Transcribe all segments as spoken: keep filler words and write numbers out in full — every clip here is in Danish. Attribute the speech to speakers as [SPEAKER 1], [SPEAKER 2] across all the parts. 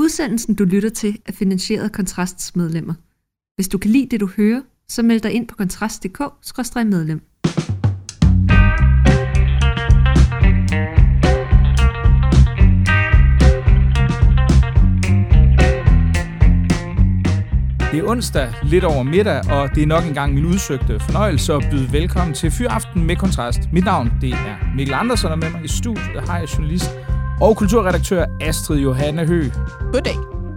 [SPEAKER 1] Udsendelsen, du lytter til, er finansieret af Kontrasts medlemmer. Hvis du kan lide det, du hører, så meld dig ind på kontrast punktum d k skråstreg medlem.
[SPEAKER 2] Det er onsdag, lidt over middag, og det er nok engang min udsøgte fornøjelse at byde velkommen til Fyraften med Kontrast. Mit navn, det er Mikkel Andersen, og med mig i studiet har jeg journalist og kulturredaktør Astrid Johanne Høgh.
[SPEAKER 3] Goddag.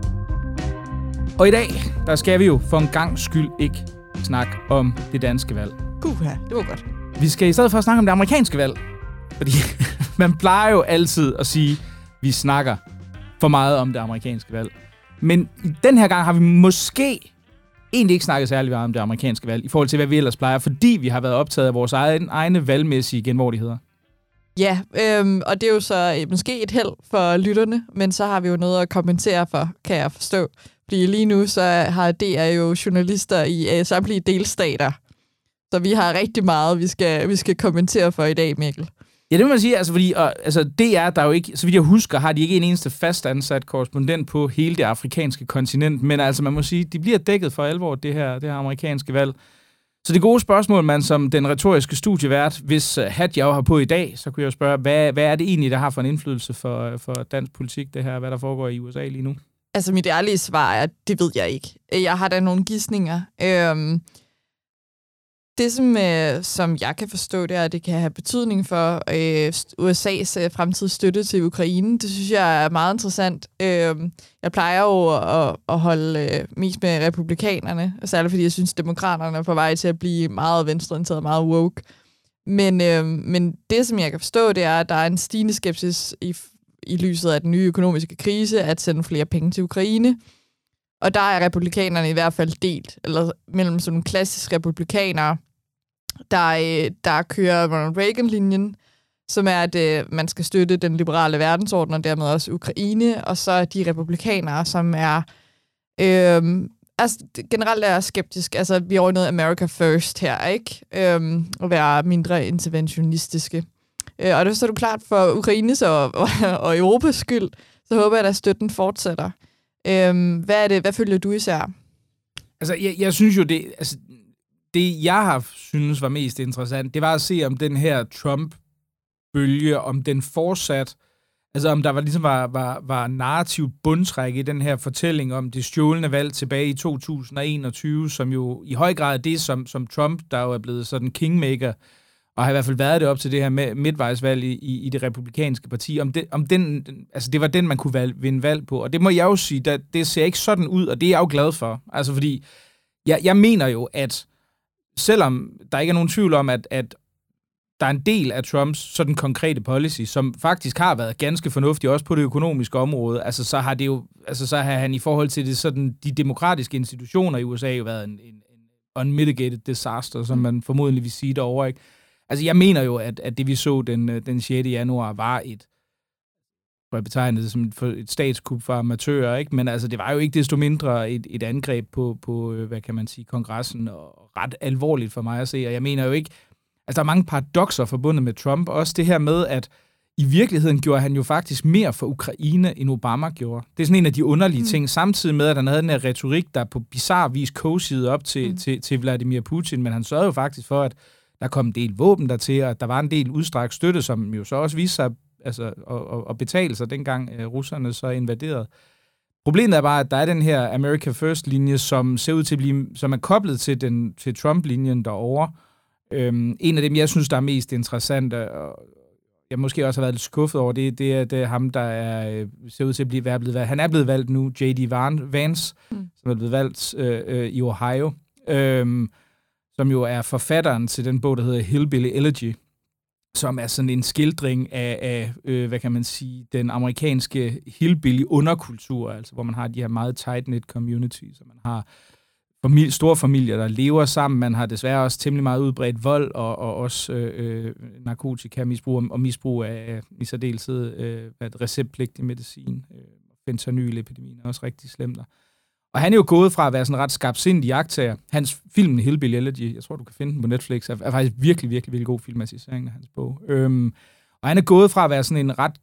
[SPEAKER 2] Og i dag, der skal vi jo for en gang skyld ikke snakke om det danske valg.
[SPEAKER 3] Puha, det var godt.
[SPEAKER 2] Vi skal i stedet for snakke om det amerikanske valg. Fordi man plejer jo altid at sige, at vi snakker for meget om det amerikanske valg. Men i den her gang har vi måske egentlig ikke snakket særlig meget om det amerikanske valg, i forhold til, hvad vi ellers plejer, fordi vi har været optaget af vores egne, egne valgmæssige genvordigheder.
[SPEAKER 3] Ja, øhm, og det er jo så øh, måske et held for lytterne, men så har vi jo noget at kommentere for, kan jeg forstå. Fordi lige nu så har D R jo journalister i øh, samtlige delstater, så vi har rigtig meget, vi skal, vi skal kommentere for i dag, Mikkel.
[SPEAKER 2] Ja, det må man sige, altså, fordi og, altså, D R, der er jo ikke, så vidt jeg husker, har de ikke en eneste fastansat korrespondent på hele det afrikanske kontinent, men altså, man må sige, de bliver dækket for alvor, det her, det her amerikanske valg. Så det gode spørgsmål, man som den retoriske studievært, hvis uh, hat jeg jo har på i dag, så kunne jeg jo spørge, hvad, hvad er det egentlig, der har for en indflydelse for, for dansk politik, det her, hvad der foregår i U S A lige nu?
[SPEAKER 3] Altså, mit ærlige svar er, det ved jeg ikke. Jeg har da nogle gidsninger. Øhm Det, som, øh, som jeg kan forstå, det er, at det kan have betydning for øh, U S A's øh, fremtidige støtte til Ukraine. Det synes jeg er meget interessant. Øh, jeg plejer jo at, at holde øh, mest med republikanerne, særligt fordi jeg synes, demokraterne er på vej til at blive meget venstreorienteret, meget woke. Men, øh, men det, som jeg kan forstå, det er, at der er en stigende skepsis i, i lyset af den nye økonomiske krise, at sende flere penge til Ukraine. Og der er republikanerne i hvert fald delt, eller mellem sådan nogle klassiske republikanere, der, der kører Ronald Reagan-linjen, som er, at man skal støtte den liberale verdensorden, og dermed også Ukraine, og så de republikanere, som er øhm, altså, generelt er skeptisk. Altså, vi er over noget America First her, ikke? Øhm, og være mindre interventionistiske. Øh, og det er så klart for Ukraines og, og, og Europas skyld, så håber jeg, at støtten fortsætter. Øhm, hvad er det? Hvad følger du især?
[SPEAKER 2] Altså, jeg, jeg synes jo, det, altså, det jeg har synes var mest interessant, det var at se, om den her Trump-bølge, om den fortsat, altså om der var ligesom var, var, var narrativ bundtræk i den her fortælling om det stjålne valg tilbage i to tusind og enogtyve, som jo i høj grad er det, som, som Trump, der jo er blevet sådan kingmaker, og har i hvert fald været det op til det her midtvejsvalg i, i, i det republikanske parti, om, det, om den, altså det var den, man kunne valg, vinde valg på. Og det må jeg jo sige, der, det ser ikke sådan ud, og det er jeg jo glad for. Altså fordi, jeg, jeg mener jo, at selvom der ikke er nogen tvivl om, at, at der er en del af Trumps sådan konkrete policy, som faktisk har været ganske fornuftig, også på det økonomiske område, altså så har det jo, altså så har han i forhold til det, sådan, de demokratiske institutioner i U S A jo været en, en, en unmitigated disaster, som man formodentlig vil sige derovre, ikke? Altså, jeg mener jo, at, at det, vi så den, den sjette januar, var et, hvor jeg betegnede det som et, et statskup for amatører, ikke? Men altså, det var jo ikke desto mindre et, et angreb på, på, hvad kan man sige, kongressen, og ret alvorligt for mig at se. Og jeg mener jo ikke, altså, der er mange paradokser forbundet med Trump. Også det her med, at i virkeligheden gjorde han jo faktisk mere for Ukraine, end Obama gjorde. Det er sådan en af de underlige mm. ting, samtidig med, at han havde den her retorik, der på bizarre vis kosede op til, mm. til, til Vladimir Putin, men han sørgede jo faktisk for, at der kom en del våben dertil, og der var en del udstrakt støtte, som jo så også viste sig altså, at, at betale sig, dengang uh, russerne så invaderede. Problemet er bare, at der er den her America First-linje, som ser ud til at blive, som er koblet til, den, til Trump-linjen derovre. Øhm, en af dem, jeg synes, der er mest interessante, og jeg måske også har været lidt skuffet over, det, det, er, det er ham, der er, ser ud til at blive, være blevet valgt. Han er blevet valgt nu, J D Vance, mm. som er blevet valgt øh, øh, i Ohio. Øhm, som jo er forfatteren til den bog, der hedder Hillbilly Elegy, som er sådan en skildring af, af øh, hvad kan man sige, den amerikanske hillbilly-underkultur, altså hvor man har de her meget tight-knit communities, og man har familie, store familier, der lever sammen. Man har desværre også temmelig meget udbredt vold, og, og også øh, narkotika-misbrug, og misbrug af i særdeleshed øh, receptpligtig medicin. Øh, fentanyl-epidemien er også rigtig slemt der. Og han er jo gået fra at være sådan en ret skarpsindig jagttager. Hans film Hillbilly Elegy, jeg tror, du kan finde den på Netflix, er, er faktisk virkelig, virkelig, virkelig god filmatisering af hans bog. Øhm, og han er gået fra at være sådan en ret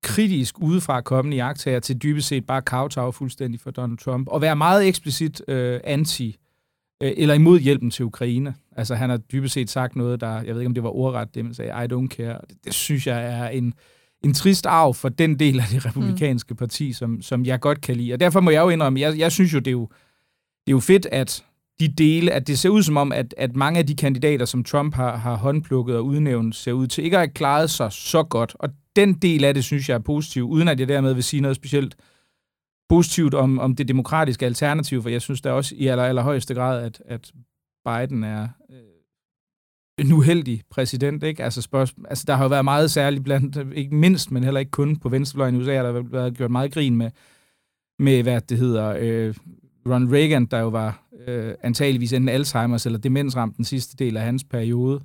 [SPEAKER 2] kritisk udefra kommende iagttager til dybest set bare kowtow fuldstændig for Donald Trump, og være meget eksplicit øh, anti, øh, eller imod hjælpen til Ukraine. Altså han har dybest set sagt noget, der, jeg ved ikke om det var ordret, det man sagde, I don't care. Det, det synes jeg er en, en trist arv for den del af det republikanske parti, som, som jeg godt kan lide. Og derfor må jeg jo indrømme, jeg, jeg synes jo, det er jo, det er jo fedt, at de dele, at det ser ud som om, at, at mange af de kandidater, som Trump har, har håndplukket og udnævnt, ser ud til ikke at have klaret sig så godt. Og den del af det, synes jeg er positiv, uden at jeg dermed vil sige noget specielt positivt om, om det demokratiske alternativ, for jeg synes da også i aller, allerhøjeste grad, at, at Biden er øh, en uheldig præsident. Ikke? Altså, spørgsmål, altså, der har jo været meget særligt blandt, ikke mindst, men heller ikke kun på venstrefløjen i U S A, der har været gjort meget grin med, med hvad det hedder, øh, Ronald Reagan, der jo var øh, antageligvis enten Alzheimer's eller demensramt den sidste del af hans periode.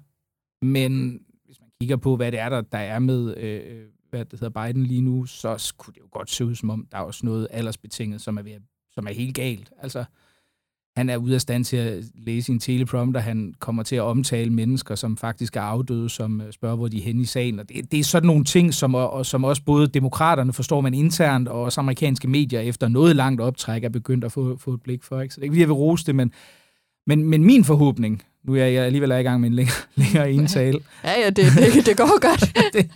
[SPEAKER 2] Men hvis man kigger på, hvad det er, der, der er med øh, hvad det hedder Biden lige nu, så kunne det jo godt se ud, som om der er også noget aldersbetinget, som er, ved, som er helt galt. Altså, han er ude af stand til at læse en teleprompter, han kommer til at omtale mennesker, som faktisk er afdøde, som spørger, hvor de er henne i salen. Og det, det er sådan nogle ting, som, og, som også både demokraterne forstår man internt, og også amerikanske medier efter noget langt optræk er begyndt at få, få et blik for. Ikke? Så det er ikke, fordi jeg vil rose det, men, men, men min forhåbning, nu er jeg alligevel i gang med en længere, længere indtale.
[SPEAKER 3] Ja, ja, det, det, det går godt.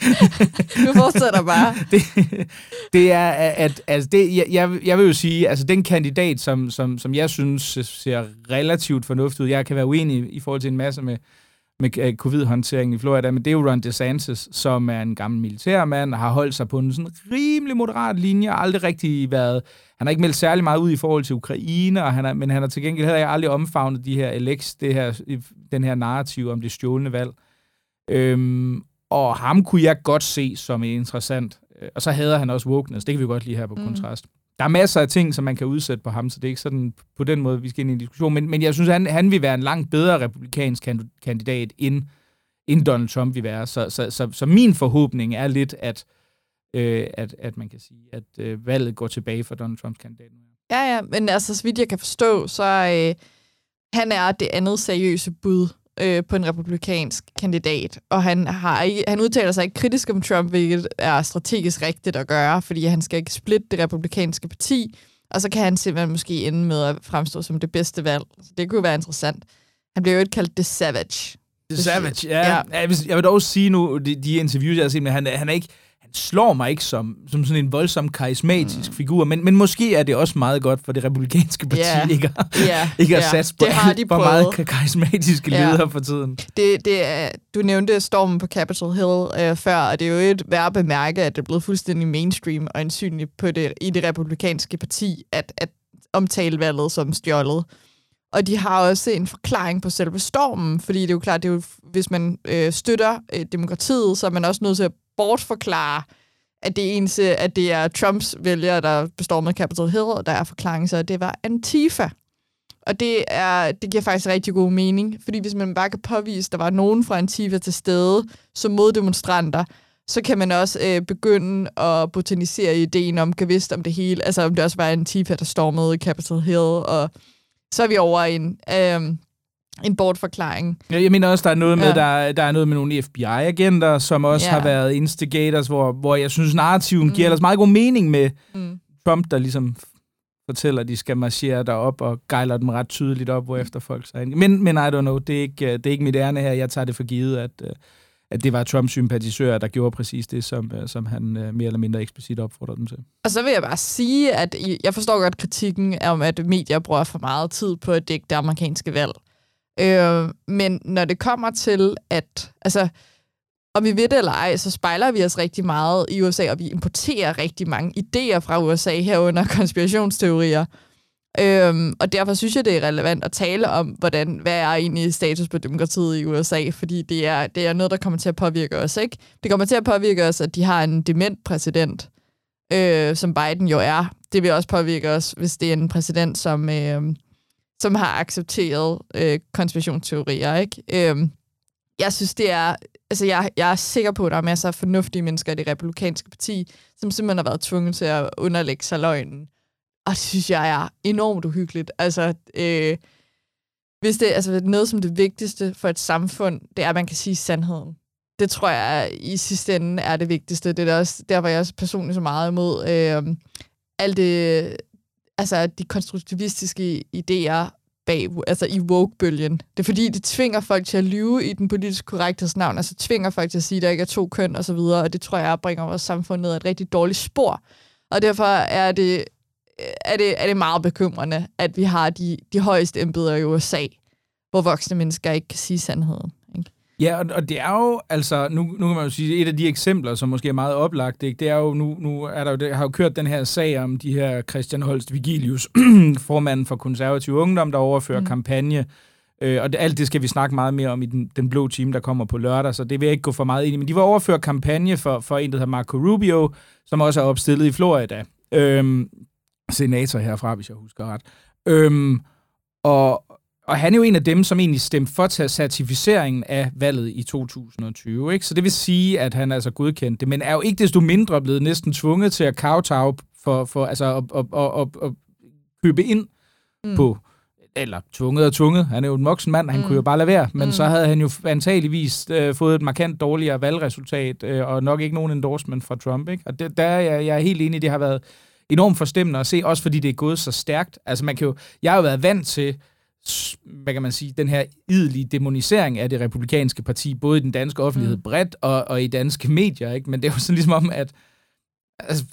[SPEAKER 3] Du fortsætter bare.
[SPEAKER 2] Det, det er, at altså det, jeg, jeg vil jo sige, altså den kandidat, som, som, som jeg synes ser relativt fornuftig ud, jeg kan være uenig i forhold til en masse med, med covid-håndteringen i Florida, men det er jo Ron DeSantis, som er en gammel militærmand, har holdt sig på en sådan rimelig moderat linje, og aldrig rigtig været, han har ikke meldt særlig meget ud i forhold til Ukraine, og han er, men han har til gengæld heller aldrig omfavnet de her elex, det her, den her narrativ om det stjålne valg. Øhm, og ham kunne jeg godt se som interessant. Og så hader han også wokeness, det kan vi godt lide her på mm. Kontrast. Der er masser af ting, som man kan udsætte på ham, så det er ikke sådan på den måde, vi skal ind i en diskussion. Men, men jeg synes, han, han vil være en langt bedre republikansk kandidat, end, end Donald Trump vil være. Så, så, så, så min forhåbning er lidt, at, øh, at, at man kan sige, at øh, valget går tilbage for Donald Trumps kandidat.
[SPEAKER 3] Ja, ja, men altså, så vidt jeg kan forstå, så øh, han er det andet seriøse bud øh, på en republikansk kandidat, og han, har ikke, han udtaler sig ikke kritisk om Trump, hvilket er strategisk rigtigt at gøre, fordi han skal ikke splitte det republikanske parti, og så kan han simpelthen måske ende med at fremstå som det bedste valg. Så det kunne være interessant. Han bliver jo ikke kaldt The Savage.
[SPEAKER 2] The Savage, ja. ja. Jeg vil dog sige nu, de, de interviews, jeg har set med, han, han er ikke slår mig ikke som, som sådan en voldsom karismatisk mm. figur, men, men måske er det også meget godt for det republikanske parti, yeah. ikke, yeah. ikke at yeah. satse på for meget karismatiske yeah. ledere for tiden.
[SPEAKER 3] Det, det er, du nævnte stormen på Capitol Hill øh, før, og det er jo et værd at bemærke, at det er blevet fuldstændig mainstream og ansynligt på det, i det republikanske parti, at, at omtale valget som stjålet. Og de har også en forklaring på selve stormen, fordi det er jo klart, det er jo, hvis man øh, støtter øh, demokratiet, så er man også nødt til at bortforklare, at det eneste, at det er Trumps vælgere, der bestormede Capitol Hill, og der er forklaring, så det var Antifa. Og det, er, det giver faktisk rigtig god mening, fordi hvis man bare kan påvise, at der var nogen fra Antifa til stede som moddemonstranter, så kan man også øh, begynde at botanisere ideen om, gevidst om det hele, altså om det også var Antifa, der stormede Capitol Hill, og så er vi over en... Øh, en bortforklaring.
[SPEAKER 2] Ja, jeg mener også, der er noget med, ja. der, der er noget med nogle F B I-agenter, som også ja. har været instigators, hvor, hvor jeg synes, narrativen mm. giver ellers meget god mening med mm. Trump, der ligesom fortæller, at de skal marchere derop og gejler dem ret tydeligt op, hvorefter folk så ind. Men, men I don't know, det er, ikke, det er ikke mit ærne her. Jeg tager det for givet, at, at det var Trumps sympatisører, der gjorde præcis det, som, som han mere eller mindre eksplicit opfordrede dem til.
[SPEAKER 3] Og så vil jeg bare sige, at jeg forstår godt kritikken om, at medier bruger for meget tid på at dække det amerikanske valg. Øh, men når det kommer til, at altså, om vi ved det eller ej, så spejler vi os rigtig meget i U S A, og vi importerer rigtig mange idéer fra U S A herunder konspirationsteorier. Øh, og derfor synes jeg, det er relevant at tale om, hvordan, hvad er egentlig status på demokratiet i U S A, fordi det er, det er noget, der kommer til at påvirke os, ikke? Det kommer til at påvirke os, at de har en dement præsident, øh, som Biden jo er. Det vil også påvirke os, hvis det er en præsident, som... Øh, som har accepteret øh, konspirationsteorier, ikke? Øhm, jeg synes, det er... Altså, jeg, jeg er sikker på, at der er masser af fornuftige mennesker i det republikanske parti, som simpelthen har været tvunget til at underlægge sig løgnen. Og det synes jeg er enormt uhyggeligt. Altså, øh, hvis det altså noget som det vigtigste for et samfund, det er, at man kan sige sandheden. det tror jeg i sidste ende er det vigtigste. Det er også der, hvor jeg også personligt så meget imod øh, alt det, altså de konstruktivistiske idéer bag, altså i woke-bølgen. Det er fordi, det tvinger folk til at lyve i den politisk korrekthedsnavn, altså tvinger folk til at sige, at der ikke er to køn og så videre, og det tror jeg bringer vores samfund ned ad et rigtig dårligt spor. Og derfor er det, er det, er det meget bekymrende, at vi har de, de højeste embeder i U S A, hvor voksne mennesker ikke kan sige sandheden. Ikke?
[SPEAKER 2] Ja, og, og det er jo, altså, nu, nu kan man jo sige, et af de eksempler, som måske er meget oplagt, ikke? Det er jo, nu, nu er der jo, det, har jo kørt den her sag om de her Christian Holst Vigilius, formanden for Konservativ Ungdom, der overfører mm. kampagne, øh, og det, alt det skal vi snakke meget mere om i den, den blå time, der kommer på lørdag, så det vil jeg ikke gå for meget ind i, men de var overført kampagne for, for en, der hedder Marco Rubio, som også er opstillet i Florida, øhm, senator herfra, hvis jeg husker ret, øhm, og Og han er jo en af dem, som egentlig stemte for til certificeringen af valget i to tusind og tyve. Ikke? Så det vil sige, at han er altså godkendt det, men er jo ikke desto mindre blevet næsten tvunget til at kowtow for, for altså at, at, at, at, at købe ind mm. på, eller tvunget og tvunget. Han er jo en voksen mand, han mm. kunne jo bare lade være, men mm. så havde han jo antageligvis øh, fået et markant dårligere valgresultat, øh, og nok ikke nogen endorsement fra Trump. Ikke? Og det, der er jeg, jeg er helt enig, det har været enormt forstemmende at se, også fordi det er gået så stærkt. Altså man kan jo, jeg har jo været vant til, hvad kan man sige, den her idlige demonisering af det republikanske parti, både i den danske offentlighed mm. bredt og, og i danske medier, ikke? Men det er jo sådan ligesom om, at altså,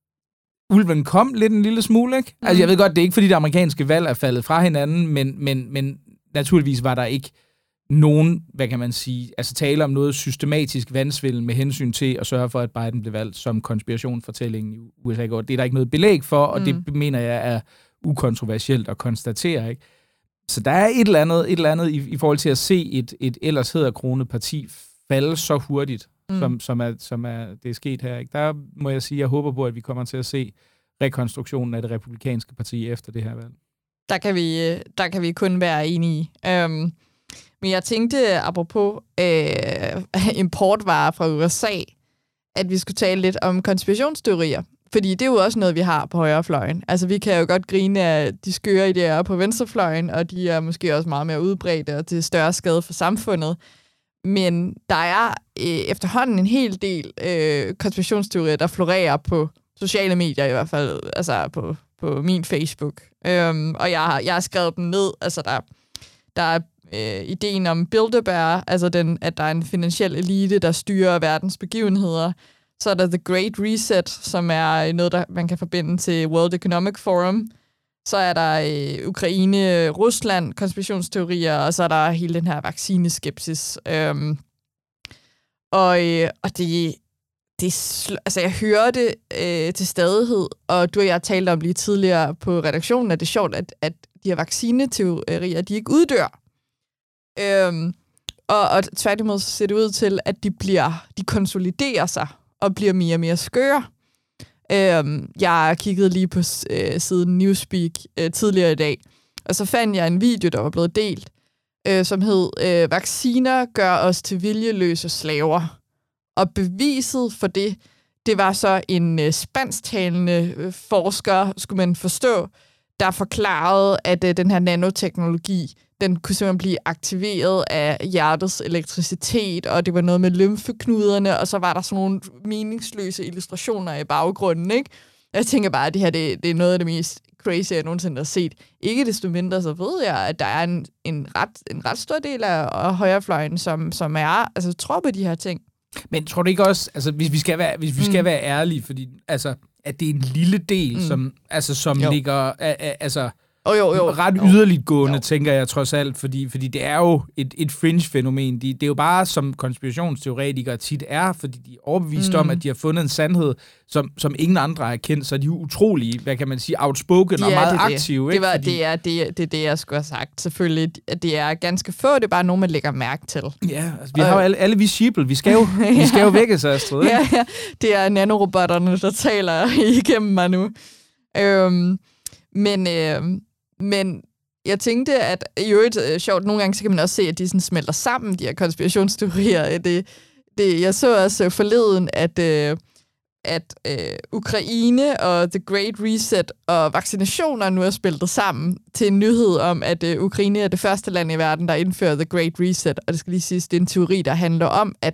[SPEAKER 2] ulven kom lidt en lille smule, ikke? Mm. Altså jeg ved godt, det er ikke fordi det amerikanske valg er faldet fra hinanden, men, men, men naturligvis var der ikke nogen, hvad kan man sige, altså tale om noget systematisk vansvindel med hensyn til at sørge for, at Biden blev valgt som konspirationsfortællingen i U S A går. Det er der ikke noget belæg for, og mm. det mener jeg er ukontroversielt at konstatere, ikke? Så der er et eller andet, et eller andet i, i forhold til at se et, et ellers hæderkronet parti falde så hurtigt, mm. som, som, er, som er, det er sket her. Ikke? Der må jeg sige, jeg håber på, at vi kommer til at se rekonstruktionen af det republikanske parti efter det her valg.
[SPEAKER 3] Der kan vi, der kan vi kun være enige. Um, men jeg tænkte, apropos uh, importvarer fra U S A, at vi skulle tale lidt om konspirationsteorier. Fordi det er jo også noget, vi har på højrefløjen. Altså, vi kan jo godt grine af de skøre idéer på venstrefløjen, og de er måske også meget mere udbredte og til større skade for samfundet. Men der er øh, efterhånden en hel del øh, konspirationsteorier, der florerer på sociale medier i hvert fald, altså på, på min Facebook. Øhm, og jeg har, jeg har skrevet dem ned. Altså, der, der er øh, ideen om Bilderberg, altså den, at der er en finansiel elite, der styrer verdens begivenheder. Så er der The Great Reset, som er noget, der man kan forbinde til World Economic Forum. Så er der øh, Ukraine, Rusland, konspirationsteorier, og så er der hele den her vaccineskepsis. Øhm, og øh, og det, det sl- altså jeg hører det øh, til stadighed, og du og jeg talte om lige tidligere på redaktionen, at det er sjovt, at, at de her vaccineteorier, de ikke uddør. Øhm, og, og tværtimod så ser det ud til, at de bliver, de konsoliderer sig og bliver mere og mere skøre. Øhm, jeg kiggede lige på øh, siden Newspeak øh, tidligere i dag, og så fandt jeg en video, der var blevet delt, øh, som hed øh, "Vacciner gør os til viljeløse slaver". Og beviset for det, det var så en øh, spansktalende øh, forsker, skulle man forstå, der forklarede, at øh, den her nanoteknologi, den kunne simpelthen blive aktiveret af hjertets elektricitet, og det var noget med lymfeknuderne, og så var der sådan nogle meningsløse illustrationer i baggrunden, ikke? Jeg tænker bare, at det her det, det er noget af det mest crazy, jeg nogensinde har set. Ikke desto mindre, så ved jeg, at der er en, en, ret, en ret stor del af, af højrefløjen, som, som er, altså tror på de her ting.
[SPEAKER 2] Men tror du ikke også, altså hvis vi skal være, hvis vi skal mm. være ærlige, fordi altså, at det er en lille del, mm. som, altså, som ligger, altså,
[SPEAKER 3] Oh, jo, jo.
[SPEAKER 2] ret yderligt gående, jo. tænker jeg trods alt, fordi, fordi det er jo et, et fringe-fænomen. De, det er jo bare, som konspirationsteoretikere tit er, fordi de er overbevist mm. om, at de har fundet en sandhed, som, som ingen andre har kendt, så de er utrolige, hvad kan man sige, outspoken de og meget det, aktive.
[SPEAKER 3] Det,
[SPEAKER 2] ikke?
[SPEAKER 3] var,
[SPEAKER 2] fordi...
[SPEAKER 3] det, er, det, er, det er det, jeg skulle have sagt. Selvfølgelig, det er ganske få, det er bare nogen, man lægger mærke til.
[SPEAKER 2] Ja, altså, vi øh. har jo alle, alle vi sheeple, vi skal jo, ja. vi skal jo vækkes, Astrid. Ikke?
[SPEAKER 3] Ja, ja, det er nanorobotterne, der taler igennem mig nu. Øhm, men... Øhm, Men jeg tænkte, at i øvrigt øh, sjovt, nogle gange så kan man også se, at de sådan smelter sammen, de her konspirationsteorier. Det, det, jeg så også forleden, at, øh, at øh, Ukraine og The Great Reset og vaccinationer nu er spiltet sammen til en nyhed om, at øh, Ukraine er det første land i verden, der indfører The Great Reset. Og det skal lige siges, det er en teori, der handler om, at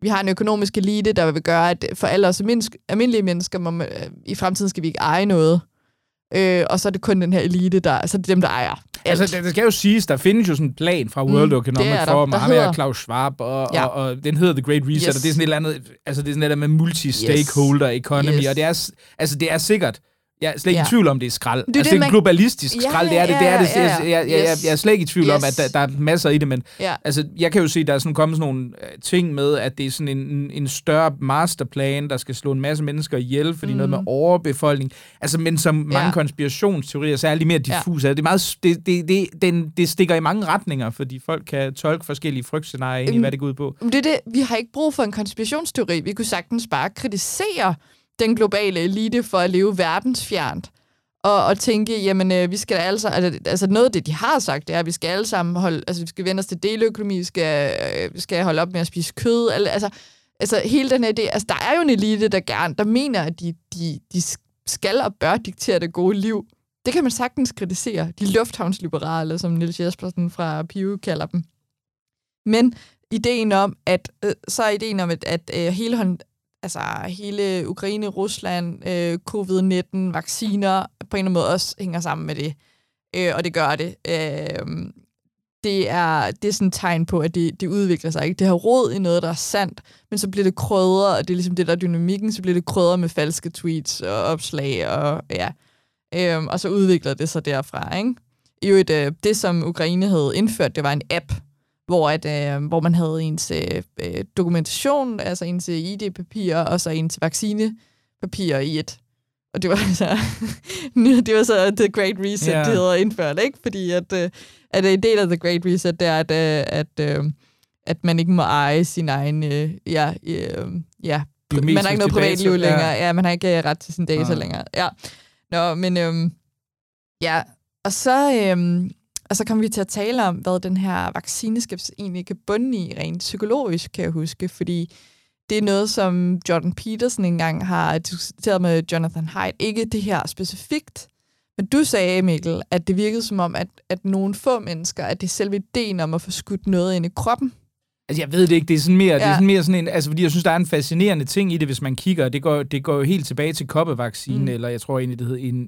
[SPEAKER 3] vi har en økonomisk elite, der vil gøre, at for alle os almindelige mennesker, må man, i fremtiden skal vi ikke eje noget. Øh, og så er det kun den her elite, der, så er det dem, der ejer alt.
[SPEAKER 2] Altså, det skal jo siges, der findes jo sådan en plan fra World mm, Economic Forum, og ham er Klaus Schwab, og, ja. og, og den hedder The Great Reset, yes. og det er sådan et eller andet, altså det er sådan et eller andet med multi-stakeholder yes. economy, yes. og det er, altså det er sikkert, jeg er slet ikke ja. i tvivl om, det er skrald. Det er, altså, det er en globalistisk ja, skrald, det er det. det, er det. Ja, ja, ja. Jeg, jeg, jeg, jeg er slet ikke i tvivl yes. om, at der, der er masser i det, men ja. altså, jeg kan jo se, at der er sådan kommet sådan nogle ting med, at det er sådan en, en større masterplan, der skal slå en masse mennesker ihjel, fordi mm. noget med overbefolkning. Altså, men som mange ja. konspirationsteorier, så er det mere diffuse. Ja. Det, er meget, det, det, det, den, det stikker i mange retninger, fordi folk kan tolke forskellige frygtscenarier ind i, hvad det går ud på.
[SPEAKER 3] Det er det. Vi har ikke brug for en konspirationsteori. Vi kunne sagtens bare kritisere den globale elite for at leve verdensfjernt, og, og tænke, jamen, øh, vi skal alle sammen, altså, altså noget af det, de har sagt, det er, at vi skal alle sammen holde, altså vi skal vende os til deleøkonomi, vi skal, øh, vi skal holde op med at spise kød, altså, altså hele den her idé, altså der er jo en elite, der gerne, der mener, at de, de, de skal og bør diktere det gode liv. Det kan man sagtens kritisere. De lufthavnsliberale, som Niels Jespersen fra P U kalder dem. Men ideen om, at, øh, så er ideen om, at, at øh, hele hånd, altså hele Ukraine, Rusland, øh, covid nitten, vacciner, på en eller anden måde også hænger sammen med det. Øh, og det gør det. Øh, det, er, det er sådan et tegn på, at det, det udvikler sig. Ikke? Det har rod i noget, der er sandt, men så bliver det krydret, og det er ligesom det, der er dynamikken, så bliver det krydret med falske tweets og opslag, og ja. Øh, og så udvikler det sig derfra. Ikke? I øvrigt, øh, det som Ukraine havde indført, det var en app, hvor, at, øh, hvor man havde ens øh, dokumentation, altså ens I D-papirer, og så ens vaccinepapirer i et. Og det var så, det var så The Great Reset, yeah. det havde indført, ikke? Fordi at, øh, at en del af The Great Reset, det er, at, øh, at, øh, at man ikke må eje sin egen, øh, ja, øh, ja, man har ikke noget privatliv længere, ja. ja, man har ikke ret til sin data ja. længere, ja. Nå, men øh, ja, og så... Øh, Og så kommer vi til at tale om, hvad den her vaccineskepsis egentlig kan bunde i, rent psykologisk, kan jeg huske, fordi det er noget, som Jordan Peterson engang har diskuteret med Jonathan Haidt. Ikke det her specifikt, men du sagde, Mikkel, at det virkede som om, at, at nogle få mennesker, at det er selve ideen om at få skudt noget ind i kroppen.
[SPEAKER 2] Altså, jeg ved det ikke. Det er sådan mere, ja. det er sådan mere sådan en... Altså, fordi jeg synes, der er en fascinerende ting i det, hvis man kigger. Det går, det går jo helt tilbage til koppevaccinen, mm. eller jeg tror egentlig, det hed en...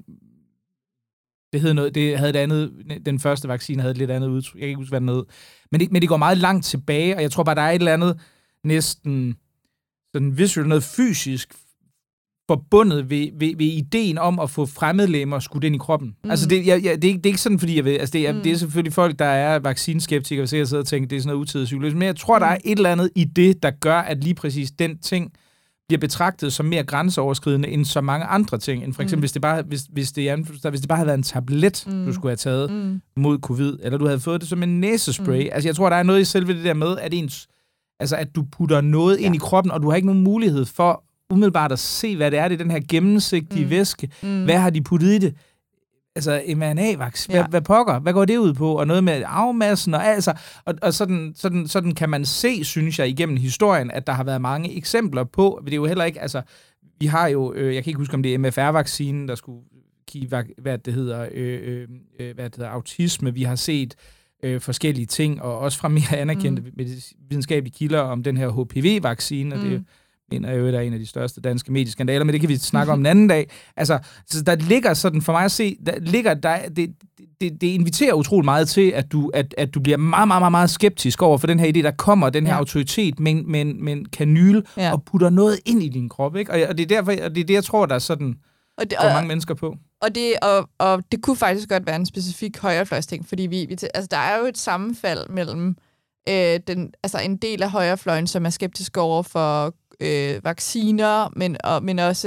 [SPEAKER 2] Det hed noget, det havde et andet, den første vaccine havde et lidt andet udtryk, jeg kan ikke huske, hvad den hed. Men det, men det går meget langt tilbage, og jeg tror bare, der er et eller andet næsten sådan visuelt, noget fysisk forbundet ved, ved, ved ideen om at få fremmedlegemer skudt ind i kroppen. Mm. Altså, det, jeg, jeg, det, er ikke, det er ikke sådan, fordi jeg ved, altså det er, mm. det er selvfølgelig folk, der er vaccineskeptikere, så jeg sidder og tænker, det er sådan noget utidigt psykologisk, men jeg tror, mm. der er et eller andet i det, der gør, at lige præcis den ting bliver betragtet som mere grænseoverskridende end så mange andre ting, end for eksempel, mm. hvis, det bare, hvis, hvis, det, hvis det bare havde været en tablet, mm. du skulle have taget mm. mod covid, eller du havde fået det som en næsespray. Mm. Altså, jeg tror, der er noget i selve det der med, at, ens, altså, at du putter noget ja. ind i kroppen, og du har ikke nogen mulighed for umiddelbart at se, hvad det er, det er den her gennemsigtige mm. væske. Mm. Hvad har de puttet i det? Altså, M R N A-vaks, hvad, ja. hvad pokker? Hvad går det ud på? Og noget med afmassen, og altså, og, og sådan, sådan, sådan kan man se, synes jeg, igennem historien, at der har været mange eksempler på, det er jo heller ikke, altså, vi har jo, øh, jeg kan ikke huske, om det er M F R-vaccinen, der skulle give, hvad det hedder, øh, øh, hvad det hedder, autisme. Vi har set øh, forskellige ting, og også fra mere anerkendte mm. videnskabelige kilder om den her H P V-vaccine, og mm. det mener jeg jo, der er en af de største danske medieskandaler, men det kan vi snakke om en anden dag. Altså, så der ligger sådan, for mig at se, der ligger, der, det, det, det inviterer utroligt meget til, at du, at, at du bliver meget, meget, meget, meget skeptisk over for den her idé, der kommer, den her ja. autoritet med, med, med en kanyle, ja. og putter noget ind i din krop, ikke? Og, og det er derfor, og det er det, jeg tror, der er sådan, og det, og, mange mennesker på.
[SPEAKER 3] Og det, og, og det kunne faktisk godt være en specifik højrefløjsting, fordi vi, vi altså, der er jo et sammenfald mellem øh, den, altså en del af højrefløjen, som er skeptisk over for Øh, vacciner, men, og, men også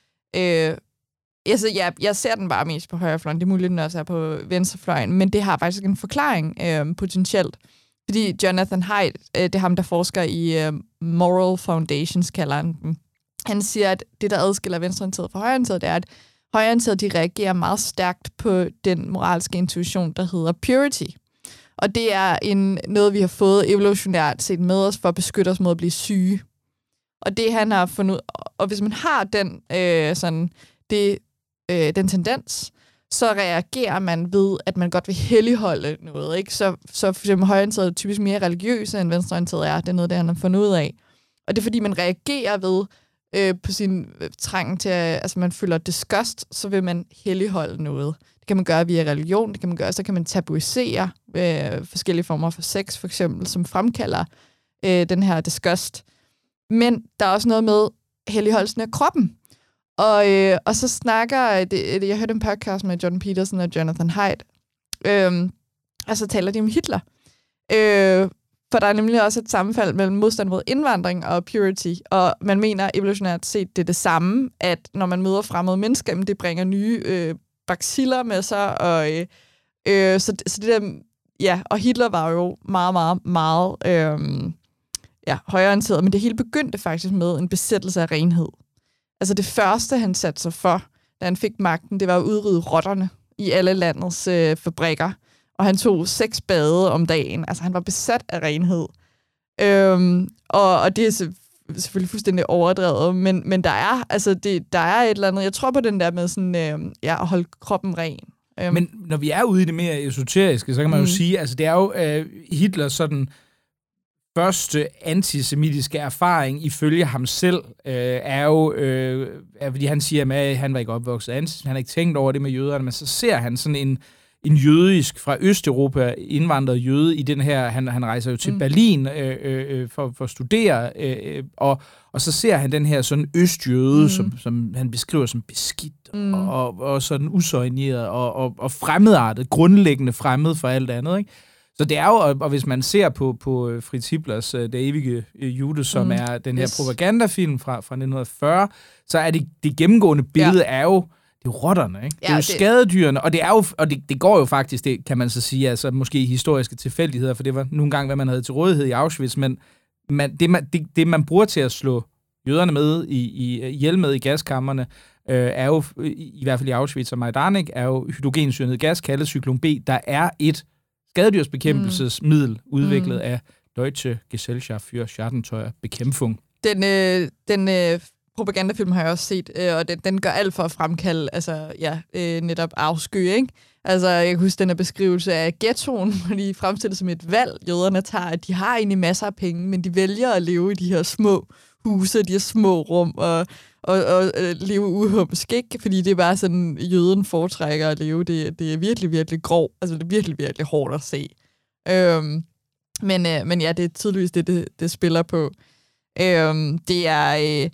[SPEAKER 3] øh, altså, ja, jeg ser den bare mest på højrefløjen, det er muligt, den også er på venstrefløjen, men det har faktisk en forklaring øh, potentielt, fordi Jonathan Haidt, øh, det er ham, der forsker i øh, Moral Foundations, kalder han den. Han siger, at det, der adskiller venstreorienteret fra højreorienteret, det er, at højreorienteret, de reagerer meget stærkt på den moralske intuition, der hedder purity. Og det er en, noget, vi har fået evolutionært set med os for at beskytte os mod at blive syge. Og det, han har fundet, og hvis man har den, øh, sådan, det, øh, den tendens, så reagerer man ved, at man godt vil helligholde noget, ikke? Så, så for eksempel højreorienteret er typisk mere religiøse, end venstreorienteret er. Det er noget, det han har fundet ud af. Og det er, fordi man reagerer ved øh, på sin øh, trang til, at altså, man føler disgust, så vil man helligholde noget. Det kan man gøre via religion, det kan man gøre, så kan man tabuisere øh, forskellige former for sex, for eksempel, som fremkalder øh, den her disgust. Men der er også noget med helligholdelsen af kroppen. Og, øh, og så snakker, det, jeg hørte en podcast med Jordan Peterson og Jonathan Haidt, øh, og så taler de om Hitler. Øh, for der er nemlig også et sammenfald mellem modstand mod indvandring og purity, og man mener evolutionært set, det er det samme, at når man møder fremmede mennesker, det bringer nye øh, baciller med sig, og øh, øh, så, så det der, ja, og Hitler var jo meget, meget, meget øh, ja, højreorienteret, men det hele begyndte faktisk med en besættelse af renhed. Altså det første, han satte sig for, da han fik magten, det var at udrydde rotterne i alle landets øh, fabrikker. Og han tog seks bade om dagen. Altså han var besat af renhed. Øhm, og, og det er selvfølgelig fuldstændig overdrevet, men, men der er altså det, der er et eller andet. Jeg tror på den der med sådan, øh, ja, at holde kroppen ren. Øhm.
[SPEAKER 2] Men når vi er ude i det mere esoteriske, så kan man jo
[SPEAKER 3] mm. sige,
[SPEAKER 2] altså det er jo øh, Hitlers sådan første antisemitiske erfaring ifølge ham selv, øh, er jo, øh, er, fordi han siger, at han var ikke opvokset antisemit, han har ikke tænkt over det med jøderne, men så ser han sådan en, en jødisk fra Østeuropa indvandret jøde i den her, han, han rejser jo til mm. Berlin øh, øh, for, for at studere, øh, og, og så ser han den her sådan østjøde, mm. som, som han beskriver som beskidt, mm. og, og, og sådan usøjneret, og, og, og fremmedartet, grundlæggende fremmed for alt andet, ikke? Så det er jo, og hvis man ser på, på Fritz Hitlers Det evige Jude, som mm. er den her yes. propagandafilm fra, fra nitten fyrre, så er det, det gennemgående billede ja. er jo, det er jo rotterne, ikke? Det er ja, jo det... skadedyrene, og det er jo, og det, det går jo faktisk, det kan man så sige, altså måske historiske tilfældigheder, for det var nogle gange, hvad man havde til rådighed i Auschwitz, men man, det, man, det, det, man bruger til at slå jøderne med i, i ihjel med i gaskammerne, øh, er jo, i, i hvert fald i Auschwitz og Majdanek, er jo hydrogensyrenet gas, kaldet cyklon B, der er et skadedyrsbekæmpelsesmiddel, mm. udviklet mm. af Deutsche Gesellschaft für Schadensteuerbekämpfung.
[SPEAKER 3] Den, øh, den øh, propagandafilm har jeg også set, øh, og den, den gør alt for at fremkalde, altså, ja, øh, netop afsky, ikke? Altså, jeg kan huske den her beskrivelse af ghettoen, hvor de fremstiller som et valg, jøderne tager, at de har egentlig masser af penge, men de vælger at leve i de her små huse, de her små rum, og, og, og, og leve uhumsk, ikke? Fordi det er bare sådan, jøden foretrækker at leve. Det, det er virkelig, virkelig grov. Altså, det er virkelig, virkelig hårdt at se. Øhm, men, øh, men ja, det er tydeligvis det, det, det spiller på. Øhm, det er... Øh,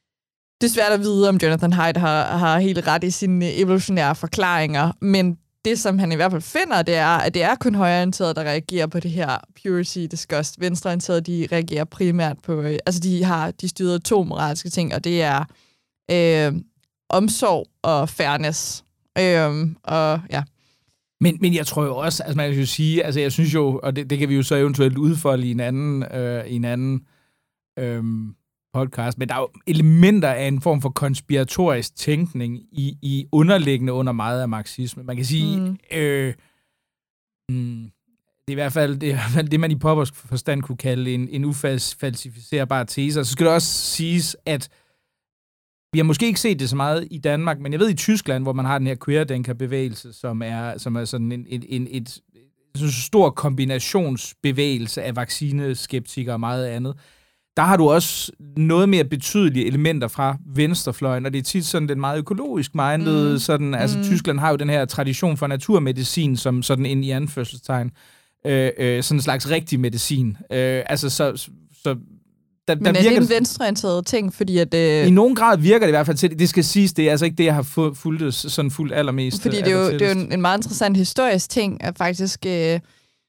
[SPEAKER 3] det er svært at vide, om Jonathan Haidt har, har helt ret i sine evolutionære forklaringer, men det, som han i hvert fald finder, det er, at det er kun højreorienterede, der reagerer på det her purity, disgust. Venstreorienterede, de reagerer primært på, øh, altså de har de styrer to moralske ting, og det er øh, omsorg og fairness. Øh, og ja.
[SPEAKER 2] Men, men jeg tror jo også, altså man kan jo sige, altså jeg synes jo, og det, det kan vi jo så eventuelt udfolde i en anden, øh, i en anden øh, podcast, men der er jo elementer af en form for konspiratorisk tænkning i, i underliggende under meget af marxisme. Man kan sige, mm. Øh, mm, det er i hvert fald det, er i hvert fald det man i Poppers forstand kunne kalde en, en ufalsificerbar tese. Så skal det også siges, at vi har måske ikke set det så meget i Danmark, men jeg ved i Tyskland, hvor man har den her queer-denker-bevægelse, som er, som er sådan en, en, en et, et stor kombinationsbevægelse af vaccineskeptikere og meget andet. Der har du også noget mere betydelige elementer fra venstrefløjen, og det er tit sådan den meget økologisk mindede, mm. sådan, altså mm. Tyskland har jo den her tradition for naturmedicin, som sådan en i anførselstegn, øh, øh, sådan en slags rigtig medicin. Øh, altså så... så der,
[SPEAKER 3] Men
[SPEAKER 2] der
[SPEAKER 3] er
[SPEAKER 2] virker,
[SPEAKER 3] det en venstreorienteret ting, fordi at... Øh...
[SPEAKER 2] I nogen grad virker det i hvert fald til, det skal siges, det er altså ikke det, jeg har fulgt sådan fuldt allermest.
[SPEAKER 3] Fordi det er, jo, det er jo en, en meget interessant historisk ting, at faktisk... Øh,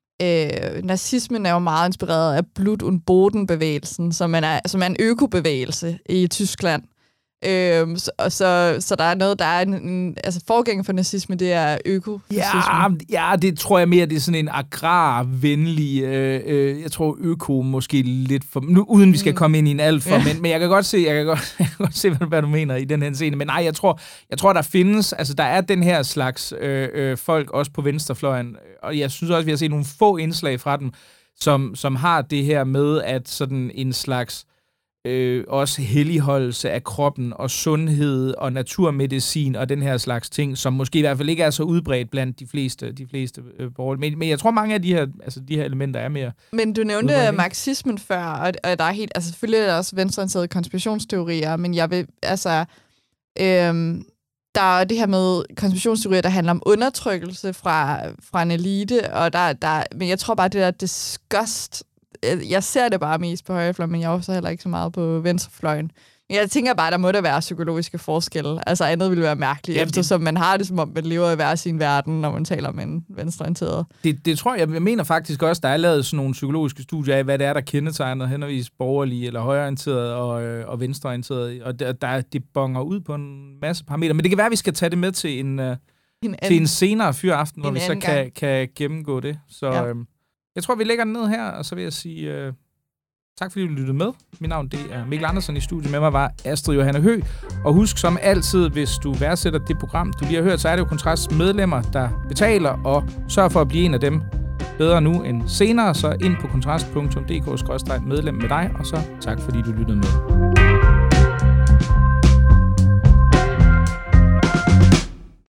[SPEAKER 3] Øh, nazismen er jo meget inspireret af Blut- und Boden-bevægelsen, som er, som er en økobevægelse i Tyskland. Øh, så, så, så der er noget, der er en, en altså forgænger for nazisme, det er økofascisme.
[SPEAKER 2] Ja, ja, det tror jeg mere, det er sådan en agrarvenlig, øh, øh, jeg tror øko måske lidt for, nu uden vi skal komme ind i en alt for, ja. men, men jeg kan godt se, jeg kan godt, jeg kan godt se, hvad, hvad du mener i den her scene, men nej, jeg tror, jeg tror, der findes, altså der er den her slags øh, øh, folk, også på venstrefløjen, og jeg synes også, vi har set nogle få indslag fra dem, som, som har det her med, at sådan en slags øh, også helligholdelse af kroppen og sundhed og naturmedicin og den her slags ting, som måske i hvert fald ikke er så udbredt blandt de fleste, de fleste øh, borgere. Men, men jeg tror, mange af de her, altså, de her elementer er mere...
[SPEAKER 3] Men du nævnte udbredt, marxismen før, og, og der er helt... Altså selvfølgelig er der også venstreorienterede konspirationsteorier, men jeg vil... Altså... Øhm, der er det her med konspirationsteorier, der handler om undertrykkelse fra, fra en elite, og der, der, men jeg tror bare, det der disgust, jeg ser det bare mest på højrefløjen, men jeg er også heller ikke så meget på venstrefløjen. Men jeg tænker bare, der må der være psykologiske forskelle. Altså andet ville være mærkeligt, ja, eftersom man har det, som om man lever i hver sin verden, når man taler med en venstreorienteret.
[SPEAKER 2] Det, det tror jeg, jeg mener faktisk også, der er lavet sådan nogle psykologiske studier af, hvad det er, der kendetegner henholdsvis borgerlige eller højreorienteret og, og venstreorienteret, og der, der, det bonger ud på en masse parametre. Men det kan være, at vi skal tage det med til en, en, en, til en senere fyraften, hvor vi så kan, kan gennemgå det. Så ja. øhm, jeg tror, vi lægger den ned her, og så vil jeg sige... Øh, Tak fordi du lyttede med. Mit navn det er Mikkel Andersen. I studiet med mig var Astrid Johanne Høgh. Og husk som altid, hvis du værdsætter det program, du lige har hørt, så er det jo Kontrasts medlemmer, der betaler og sørger for at blive en af dem bedre nu end senere. Så ind på kontrast punktum d k skråstreg medlem med dig, og så tak fordi du lyttede med.